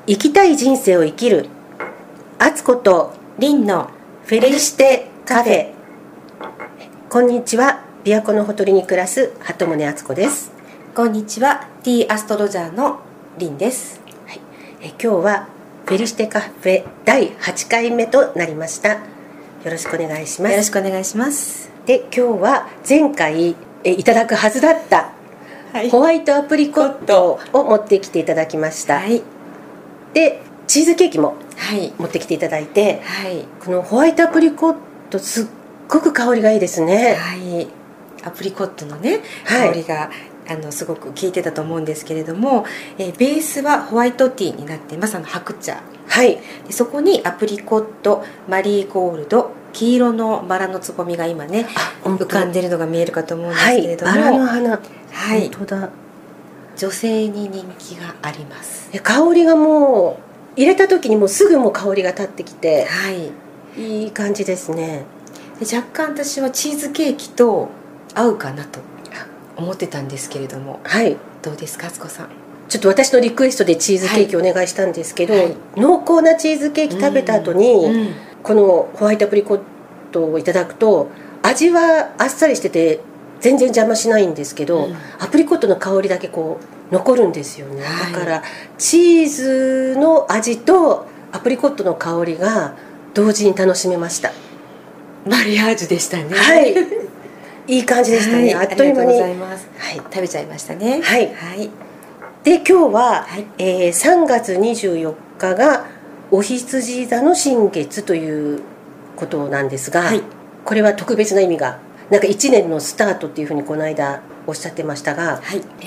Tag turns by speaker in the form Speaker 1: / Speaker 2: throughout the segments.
Speaker 1: 生きたい人生を生きるあつこと
Speaker 2: りんの
Speaker 1: フェリシテカフェ。こんにちは、琵琶湖のほとりに暮らす鳩宗敦子です。
Speaker 2: こんにちは、ティーアストロジャーのりんです。
Speaker 1: 今日はフェリシテカフェ第8回目となりました。よろしくお願いします。
Speaker 2: よろしくお願いします。
Speaker 1: で、今日は前回いただくはずだった、ホワイトアプリコットを持ってきていただきました。で、チーズケーキも持ってきていただいて、このホワイトアプリコットすっごく香りがいいですね。
Speaker 2: アプリコットのね、香りがすごく効いてたと思うんですけれども、ベースはホワイトティーになっています。白茶、でそこにアプリコット、マリーゴールド、黄色のバラのつぼみが今ね浮かんでるのが見えるかと思うんですけれども、
Speaker 1: バラの花、本当だ。
Speaker 2: 女性に人気があります。
Speaker 1: 香りがもう入れた時にもうすぐもう香りが立ってきて、いい感じですね。
Speaker 2: で若干私はチーズケーキと合うかなと思ってたんですけれども、どうですか、敦子さん。
Speaker 1: ちょっと私のリクエストでチーズケーキお願いしたんですけど、濃厚なチーズケーキ食べた後に、このホワイトアプリコットをいただくと味はあっさりしてて全然邪魔しないんですけど、アプリコットの香りだけこう残るんですよね。だからチーズの味とアプリコットの香りが同時に楽しめました。
Speaker 2: マリアージュでしたね。
Speaker 1: いい感じでしたね。あっという間に
Speaker 2: 食べちゃいましたね。
Speaker 1: で、今日は、3月24日がお羊座の新月ということなんですが、これは特別な意味が、なんか1年のスタートっていうふうにこの間おっしゃってましたが、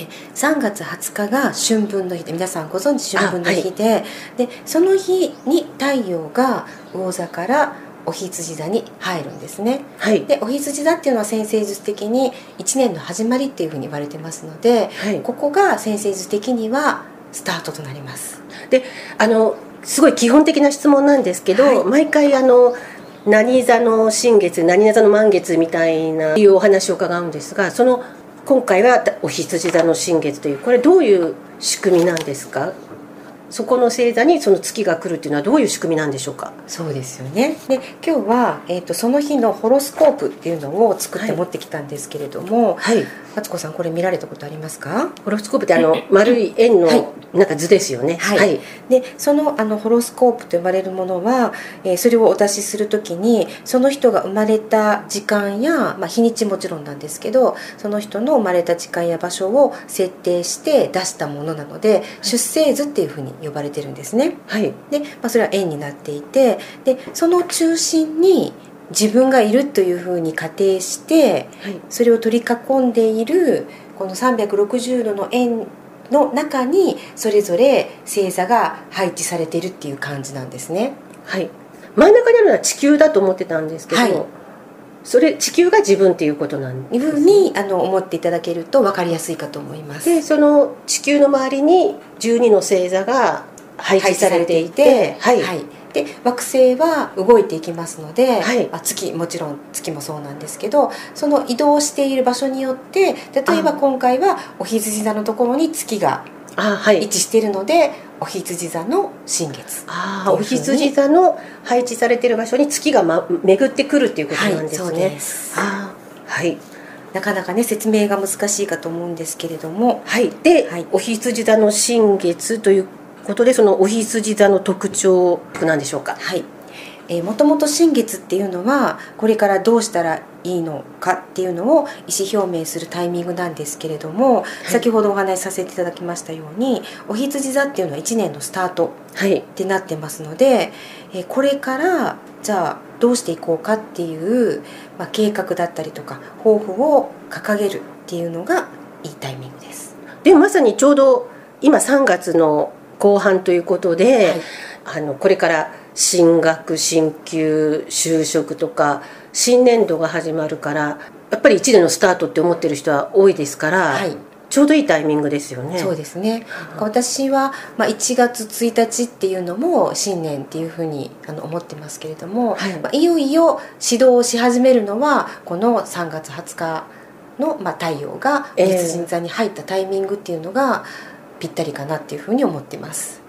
Speaker 2: 3月20日が春分の日で、皆さんご存知春分の日で、その日に太陽が魚座からお羊座に入るんですね。で、お羊座っていうのは占星術的に1年の始まりっていうふうに言われてますので、ここが占星術的にはスタートとなります。
Speaker 1: で、すごい基本的な質問なんですけど、毎回何座の新月、何座の満月みたいないうお話を伺うんですが、今回はお羊座の新月という、これどういう仕組みなんですか？そこの星座にその月が来るっていうのはどういう仕組みなんでしょうか？
Speaker 2: そうですよね。で、今日は、その日のホロスコープっていうのを作って持ってきたんですけれども、敦子さん、これ見られたことありますか？
Speaker 1: ホロスコープって丸い円のなんか図ですよね。
Speaker 2: で、そのホロスコープと呼ばれるものは、それをお出しするときにその人が生まれた時間や、日にちもちろんなんですけど、その人の生まれた時間や場所を設定して出したものなので、出生図っていうふうに呼ばれてるんですね。で、それは円になっていて、でその中心に自分がいるというふうに仮定して、それを取り囲んでいるこの360度の円の中にそれぞれ星座が配置されているっていう感じなんですね。
Speaker 1: 真ん中にあるのは地球だと思ってたんですけど、地球が自分っていうことなんですね。
Speaker 2: いうふうに思っていただけると分かりやすいかと思います。
Speaker 1: で、その地球の周りに12の星座が配置されていて、
Speaker 2: で惑星は動いていきますので、もちろん月もそうなんですけど、その移動している場所によって、例えば今回はお羊座のところに月が位置しているので、お羊座の新月、
Speaker 1: お羊座の配置されている場所に月が、巡ってくるっていうことなんですね。
Speaker 2: そうです。なかなかね説明が難しいかと思うんですけれども、
Speaker 1: で、お羊座の新月ということで、そのお羊座の特徴なんでしょうか？
Speaker 2: もともと新月っていうのはこれからどうしたらいいのかっていうのを意思表明するタイミングなんですけれども、先ほどお話しさせていただきましたように、お羊座っていうのは1年のスタートってなってますので、これからじゃあどうしていこうかっていう、計画だったりとか抱負を掲げるっていうのがいいタイミングです。
Speaker 1: で、まさにちょうど今3月の後半ということで、これから進学、進級、就職とか新年度が始まるから、やっぱり1年のスタートって思ってる人は多いですから、ちょうどいいタイミングですよね。
Speaker 2: そうですね。私は、1月1日っていうのも新年っていうふうに思ってますけれども、いよいよ始動し始めるのはこの3月20日の、太陽が羊座に入ったタイミングっていうのがぴったりかなっていうふうに思ってます。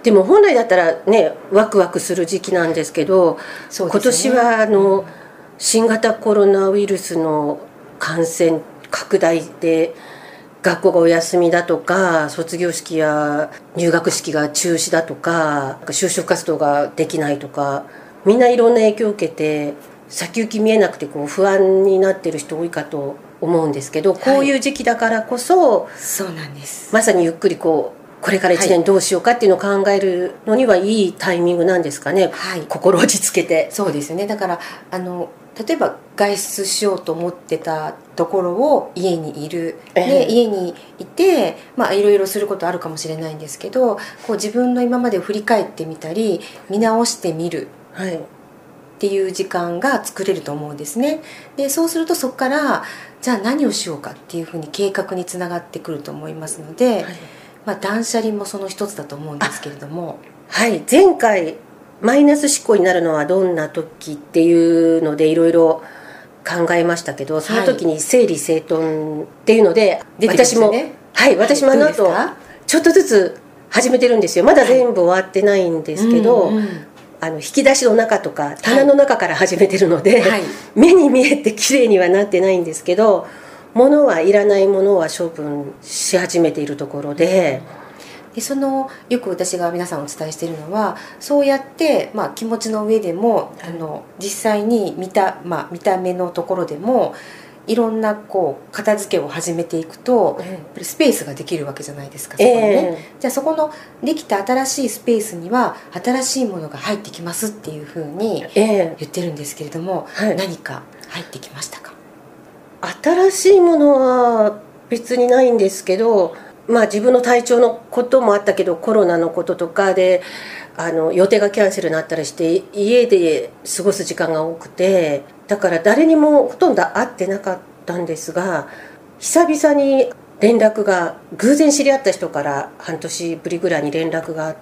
Speaker 1: でも本来だったらねワクワクする時期なんですけど、
Speaker 2: そう
Speaker 1: 今
Speaker 2: ですね、
Speaker 1: 年は新型コロナウイルスの感染拡大で学校がお休みだとか、卒業式や入学式が中止だとか、就職活動ができないとか、みんないろんな影響を受けて先行き見えなくて不安になってる人多いかと思うんですけど、こういう時期だからこそ、
Speaker 2: そうなんです。
Speaker 1: まさにゆっくりこれから1年どうしようかっていうのを考えるのにはいいタイミングなんですかね、
Speaker 2: はい、
Speaker 1: 心落ち着けて。
Speaker 2: そうですね。だから例えば外出しようと思ってたところを家にいる、で家にいて、いろいろすることあるかもしれないんですけど、自分の今までを振り返ってみたり見直してみるっていう時間が作れると思うんですね。でそうするとそこからじゃあ何をしようかっていうふうに計画につながってくると思いますので、断捨離もその一つだと思うんですけれども。
Speaker 1: はい、前回マイナス思考になるのはどんな時っていうのでいろいろ考えましたけど、その時に整理整頓っていうので、私も私もあの後ちょっとずつ始めてるんですよ。まだ全部終わってないんですけど、引き出しの中とか棚の中から始めてるので、目に見えて綺麗にはなってないんですけど、物はいらないものは処分し始めているところで、
Speaker 2: よく私が皆さんお伝えしているのは、そうやって、気持ちの上でも実際に見た目のところでもいろんな片付けを始めていくと、スペースができるわけじゃないですか、そこにね。じゃあそこのできた新しいスペースには新しいものが入ってきますっていうふうに言ってるんですけれども、何か入ってきましたか？
Speaker 1: 新しいものは別にないんですけど、自分の体調のこともあったけど、コロナのこととかで予定がキャンセルになったりして家で過ごす時間が多くて、だから誰にもほとんど会ってなかったんですが、久々に連絡が、偶然知り合った人から半年ぶりぐらいに連絡があって、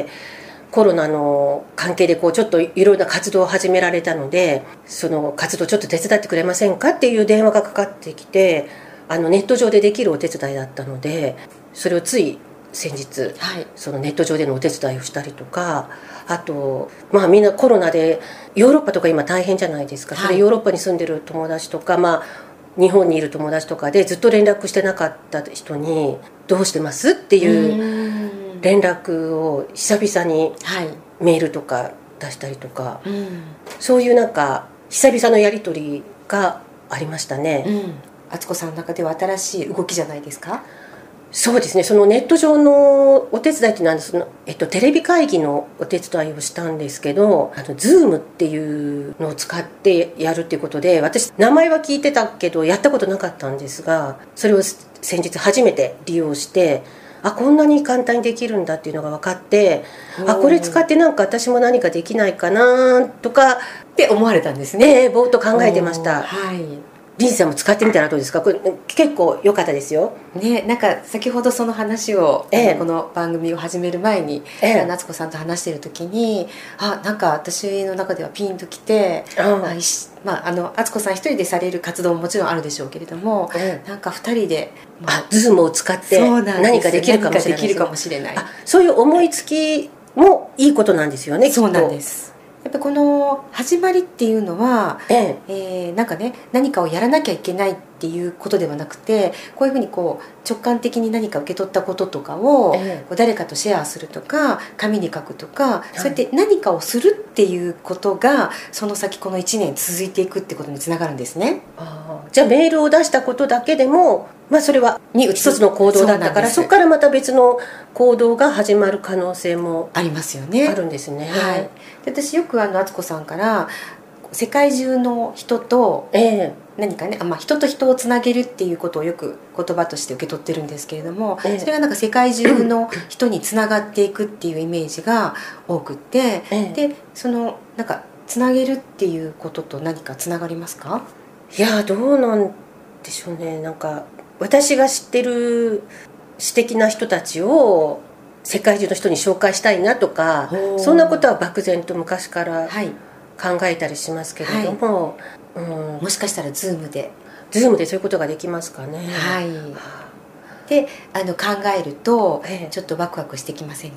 Speaker 1: コロナの関係でちょっといろんな活動を始められたので、その活動ちょっと手伝ってくれませんかっていう電話がかかってきて、ネット上でできるお手伝いだったので、それをつい先日、そのネット上でのお手伝いをしたりとか、あとみんなコロナでヨーロッパとか今大変じゃないですか。それヨーロッパに住んでる友達とか、日本にいる友達とかでずっと連絡してなかった人にどうしてますっていう連絡を久々にメールとか出したりとか、そういう久々のやり取りがありましたね。
Speaker 2: 敦子さんの中では新しい動きじゃないですか？
Speaker 1: そうですね。そのネット上のお手伝いっていうのはテレビ会議のお手伝いをしたんですけど、Zoom っていうのを使ってやるっていうことで、私名前は聞いてたけどやったことなかったんですが、それを先日初めて利用して、こんなに簡単にできるんだっていうのが分かって、これ使って私も何かできないかなとか
Speaker 2: って思われたんですね。
Speaker 1: ぼーっと考えてました。リンさんも使ってみたらどうですか？これ結構良かったですよ。
Speaker 2: 先ほどその話を、この番組を始める前に、夏子さんと話している時に、私の中ではピンときて、敦子さん一人でされる活動ももちろんあるでしょうけれども、二人で、
Speaker 1: Zoom を使って何かできるかもしれない。そういう思いつきもいいことなんですよね。
Speaker 2: そうなんです。やっぱこの始まりっていうのは、何かをやらなきゃいけないっていうことではなくて、こういうふうに直感的に何か受け取ったこととかを、誰かとシェアするとか紙に書くとか、そうやって何かをするっていうことがその先この1年続いていくってことにつながるんですね。
Speaker 1: じゃあメールを出したことだけでも、それは一つの行動だったから、そこからまた別の行動が始まる可能性も
Speaker 2: ありますよね。
Speaker 1: あるんですね。
Speaker 2: で私よく敦子さんから世界中の人と何かね、人と人をつなげるっていうことをよく言葉として受け取ってるんですけれども、それが世界中の人につながっていくっていうイメージが多くって、でそのつなげるっていうことと何かつながりますか？
Speaker 1: いやどうなんでしょうね。私が知ってる素敵な人たちを世界中の人に紹介したいなとか、そんなことは漠然と昔から考えたりしますけれども、
Speaker 2: もしかしたらZoom で
Speaker 1: そういうことができますかね。
Speaker 2: で考えるとちょっとワクワクしてきませんか？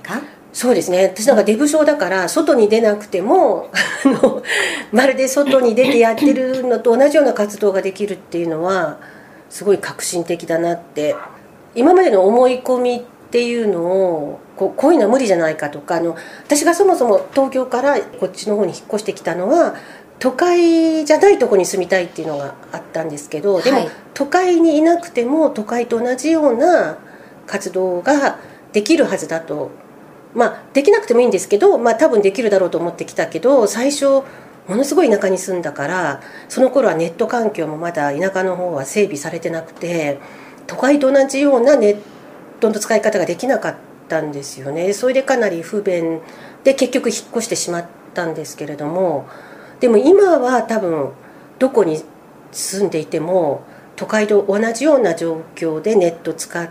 Speaker 1: そうですね、私なんかデブ症だから外に出なくてもまるで外に出てやってるのと同じような活動ができるっていうのはすごい革新的だなって。今までの思い込みっていうのをこういうのは無理じゃないかとか、私がそもそも東京からこっちの方に引っ越してきたのは都会じゃないとこに住みたいっていうのがあったんですけど、でも、都会にいなくても都会と同じような活動ができるはずだと、できなくてもいいんですけど、多分できるだろうと思ってきたけど、最初ものすごい田舎に住んだから、その頃はネット環境もまだ田舎の方は整備されてなくて、都会と同じようなネットの使い方ができなかったんですよね。それでかなり不便で結局引っ越してしまったんですけれども、でも今は多分どこに住んでいても都会と同じような状況でネット使って、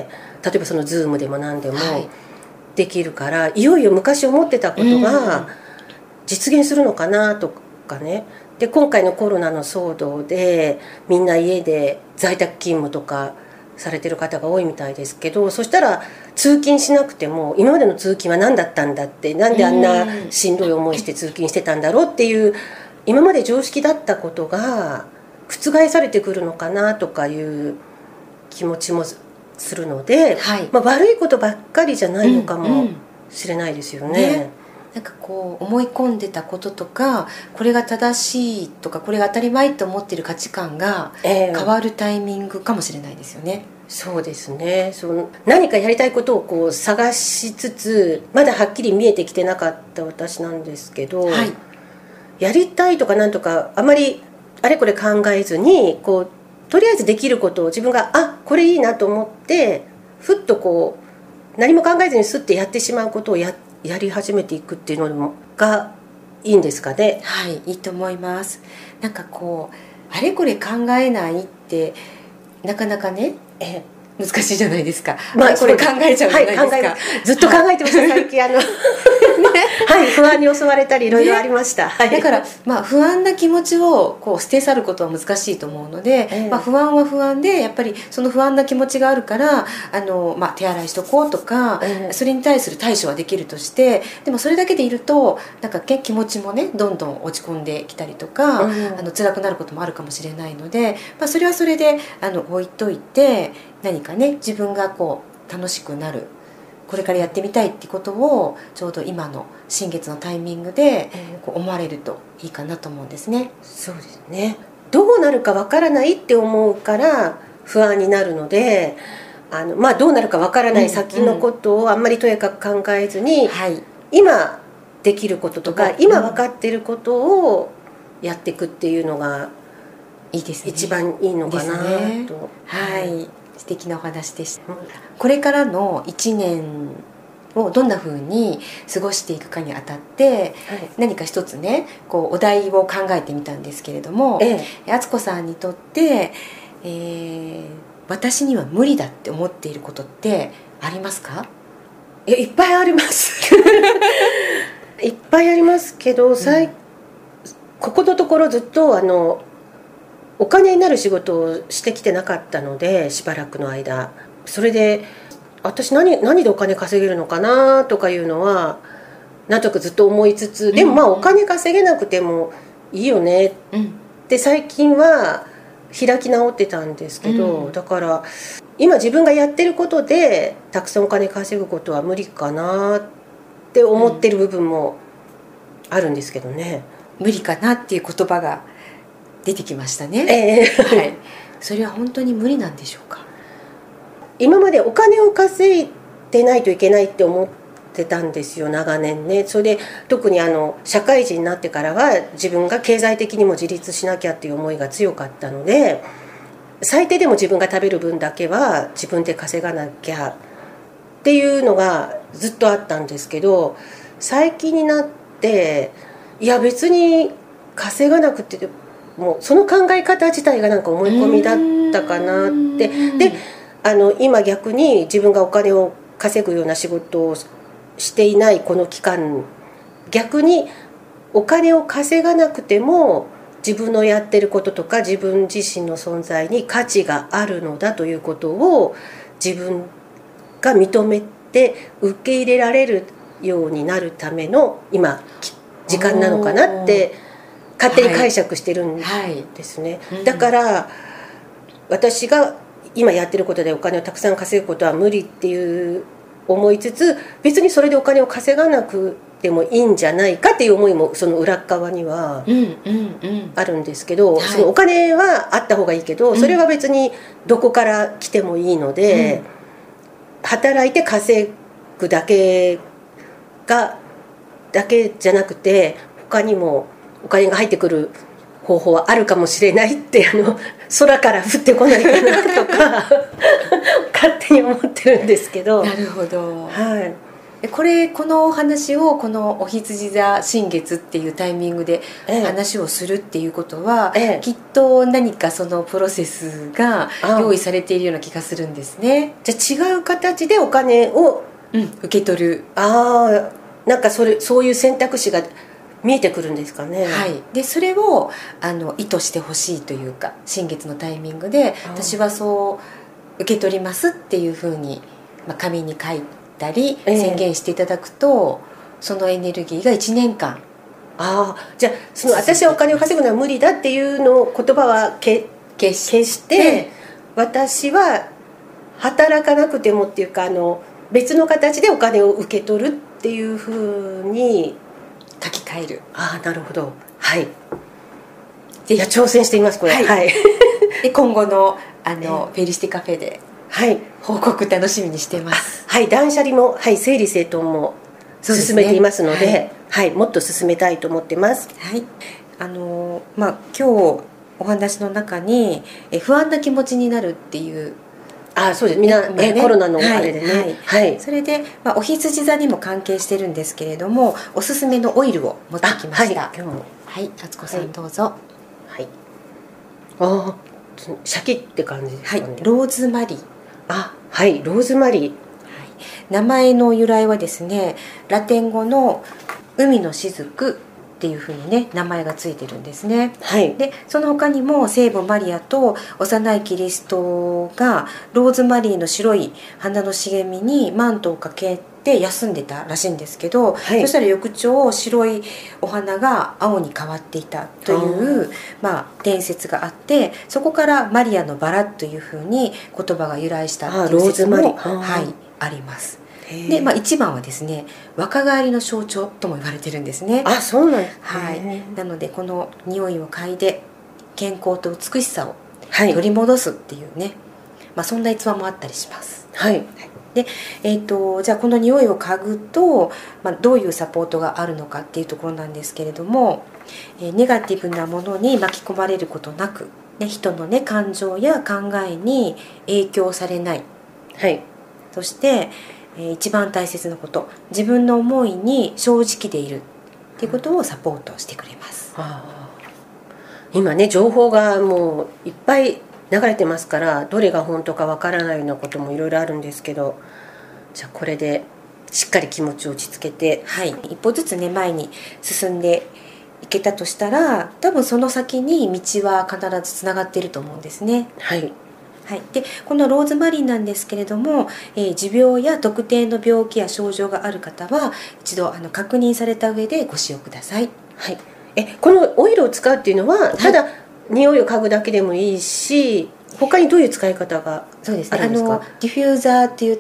Speaker 1: 例えばその Zoom でも何でもできるから、いよいよ昔思ってたことが実現するのかなとかね。で今回のコロナの騒動でみんな家で在宅勤務とかされてる方が多いみたいですけど、そしたら通勤しなくても今までの通勤は何だったんだって、なんであんなしんどい思いして通勤してたんだろうっていう、今まで常識だったことが覆されてくるのかなとかいう気持ちもするので、悪いことばっかりじゃないのかもしれないですよね。
Speaker 2: なんかこう思い込んでたこととか、これが正しいとかこれが当たり前と思っている価値観が変わるタイミングかもしれないですよね。
Speaker 1: そうですね。何かやりたいことをこう探しつつ、まだはっきり見えてきてなかった私なんですけど、やりたいとかなんとかあまりあれこれ考えずに、とりあえずできることを自分がこれいいなと思ってふっと何も考えずにスッてやってしまうことをやり始めていくっていうのがいいんですかね。
Speaker 2: いいと思います。なんかあれこれ考えないってなかなかね、難しいじゃないですか。これ考えちゃうじゃないですか。
Speaker 1: ずっと考えてました、最近不安に襲われたりいろいろありました。
Speaker 2: だから不安な気持ちを捨て去ることは難しいと思うので、不安は不安で、やっぱりその不安な気持ちがあるから手洗いしとこうとか、それに対する対処はできるとして、でもそれだけでいるとなんか気持ちもねどんどん落ち込んできたりとか、辛くなることもあるかもしれないので、それはそれで置いといて、何かね自分が楽しくなる、これからやってみたいってことをちょうど今の新月のタイミングで思われるといいかなと思うんですね。
Speaker 1: そうですね。どうなるかわからないって思うから不安になるので、どうなるかわからない先のことをあんまりとやかく考えずに、今できることとか、今分かっていることをやっていくっていうのが
Speaker 2: いいですね。
Speaker 1: 一番いいのかなと。
Speaker 2: 素敵なお話でした。これからの1年をどんな風に過ごしていくかにあたって、何か一つねお題を考えてみたんですけれども、敦子さんにとって、私には無理だって思っていることってありますか？
Speaker 1: いっぱいありますいっぱいありますけど、ここのところずっとお金になる仕事をしてきてなかったので、しばらくの間。それで私何でお金稼げるのかなとかいうのはなんとなくずっと思いつつ、でもお金稼げなくてもいいよねって最近は開き直ってたんですけど、だから今自分がやってることでたくさんお金稼ぐことは無理かなって思ってる部分もあるんですけどね。
Speaker 2: 無理かなっていう言葉が出てきましたね。それは本当に無理なんでしょうか？
Speaker 1: 今までお金を稼いでないといけないって思ってたんですよ、長年ね。それで特に社会人になってからは自分が経済的にも自立しなきゃっていう思いが強かったので、最低でも自分が食べる分だけは自分で稼がなきゃっていうのがずっとあったんですけど、最近になっていや別に稼がなくてもうその考え方自体がなんか思い込みだったかなって。で今逆に自分がお金を稼ぐような仕事をしていないこの期間、逆にお金を稼がなくても自分のやってることとか自分自身の存在に価値があるのだということを自分が認めて受け入れられるようになるための今時間なのかなって勝手に解釈してるんですね、だから私が今やってることでお金をたくさん稼ぐことは無理っていう思いつつ、別にそれでお金を稼がなくてもいいんじゃないかっていう思いもその裏側にはあるんですけど、そのお金はあった方がいいけど、それは別にどこから来てもいいので、働いて稼ぐだけじゃなくて、他にもお金が入ってくる方法はあるかもしれないって空から降ってこないかなとか勝手に思ってるんですけど。
Speaker 2: なるほど、
Speaker 1: はい、
Speaker 2: このお話をこのお羊座新月っていうタイミングで話をするっていうことは、きっと何かそのプロセスが用意されているような気がするんですね。
Speaker 1: じゃあ違う形でお金を、
Speaker 2: 受け取る。
Speaker 1: なんかそういう選択肢が見えてくるんですかね。
Speaker 2: はい、でそれを意図してほしいというか、新月のタイミングで私はそう受け取りますっていうふうに、紙に書いたり宣言していただくと、そのエネルギーが1年間。
Speaker 1: じゃあ私はお金を稼ぐのは無理だっていう言葉は消して、私は働かなくてもっていうか別の形でお金を受け取るっていうふうに
Speaker 2: 書き換える。
Speaker 1: なるほど。はい。ぜひ挑戦してみますこれ。はい。
Speaker 2: で今後のフェリシティカフェで報告楽しみにしてます。
Speaker 1: はい。断捨離も整理整頓も進めていますので、もっと進めたいと思ってます。
Speaker 2: はい。今日お話の中に不安な気持ちになるっていう。
Speaker 1: そうです。みんなコロナのあれでね。
Speaker 2: それでお羊座にも関係してるんですけれども、おすすめのオイルを持ってきました。
Speaker 1: 今日も。
Speaker 2: 敦子さんどうぞ。
Speaker 1: はい。シャキって感じですかね。
Speaker 2: ローズマリー。
Speaker 1: はい、ローズマリー。
Speaker 2: 名前の由来はですね、ラテン語の海の雫っていう風にね、名前がついてるんですね。でその他にも聖母マリアと幼いキリストがローズマリーの白い花の茂みにマントをかけて休んでたらしいんですけど、そしたら翌朝白いお花が青に変わっていたという伝説があって、そこからマリアのバラという風に言葉が由来したっていう説もあります。で一番はですね、若返りの象徴とも言われてるんですね。
Speaker 1: そうなんです
Speaker 2: ね。なのでこの匂いを嗅いで健康と美しさを取り戻すっていうね、そんな逸話もあったりします。でじゃあこの匂いを嗅ぐと、どういうサポートがあるのかっていうところなんですけれども、ネガティブなものに巻き込まれることなく、人の感情や考えに影響されない、そして一番大切なこと、自分の思いに正直でいるっていうことをサポートしてくれます。
Speaker 1: 今ね、情報がもういっぱい流れてますから、どれが本当かわからないようなこともいろいろあるんですけど、じゃあこれでしっかり気持ちを落ち着けて、
Speaker 2: 一歩ずつね前に進んでいけたとしたら、多分その先に道は必ずつながっていると思うんですね。でこのローズマリーなんですけれども、持病や特定の病気や症状がある方は一度確認された上でご使用ください。
Speaker 1: このオイルを使うっていうのは、ただ匂いを嗅ぐだけでもいいし、他にどういう使い方があるんですか？
Speaker 2: ディフューザーって言って、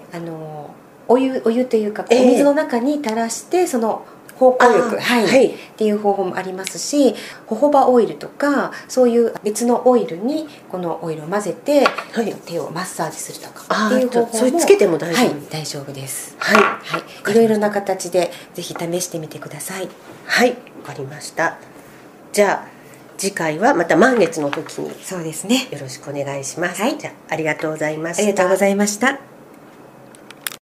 Speaker 2: お湯というかお水の中に垂らしてその芳香力っていう方法もありますし、ホホバオイルとかそういう別のオイルにこのオイルを混ぜて、手をマッサージするとかっていう方法も、
Speaker 1: それつけても大丈夫？
Speaker 2: 大丈夫です。いろいろな形でぜひ試してみてください。
Speaker 1: わかりました。じゃあ次回はまた満月の時に、
Speaker 2: そうですね、
Speaker 1: よろしくお願いします。じゃあありがとうございました。
Speaker 2: ありがとうございました。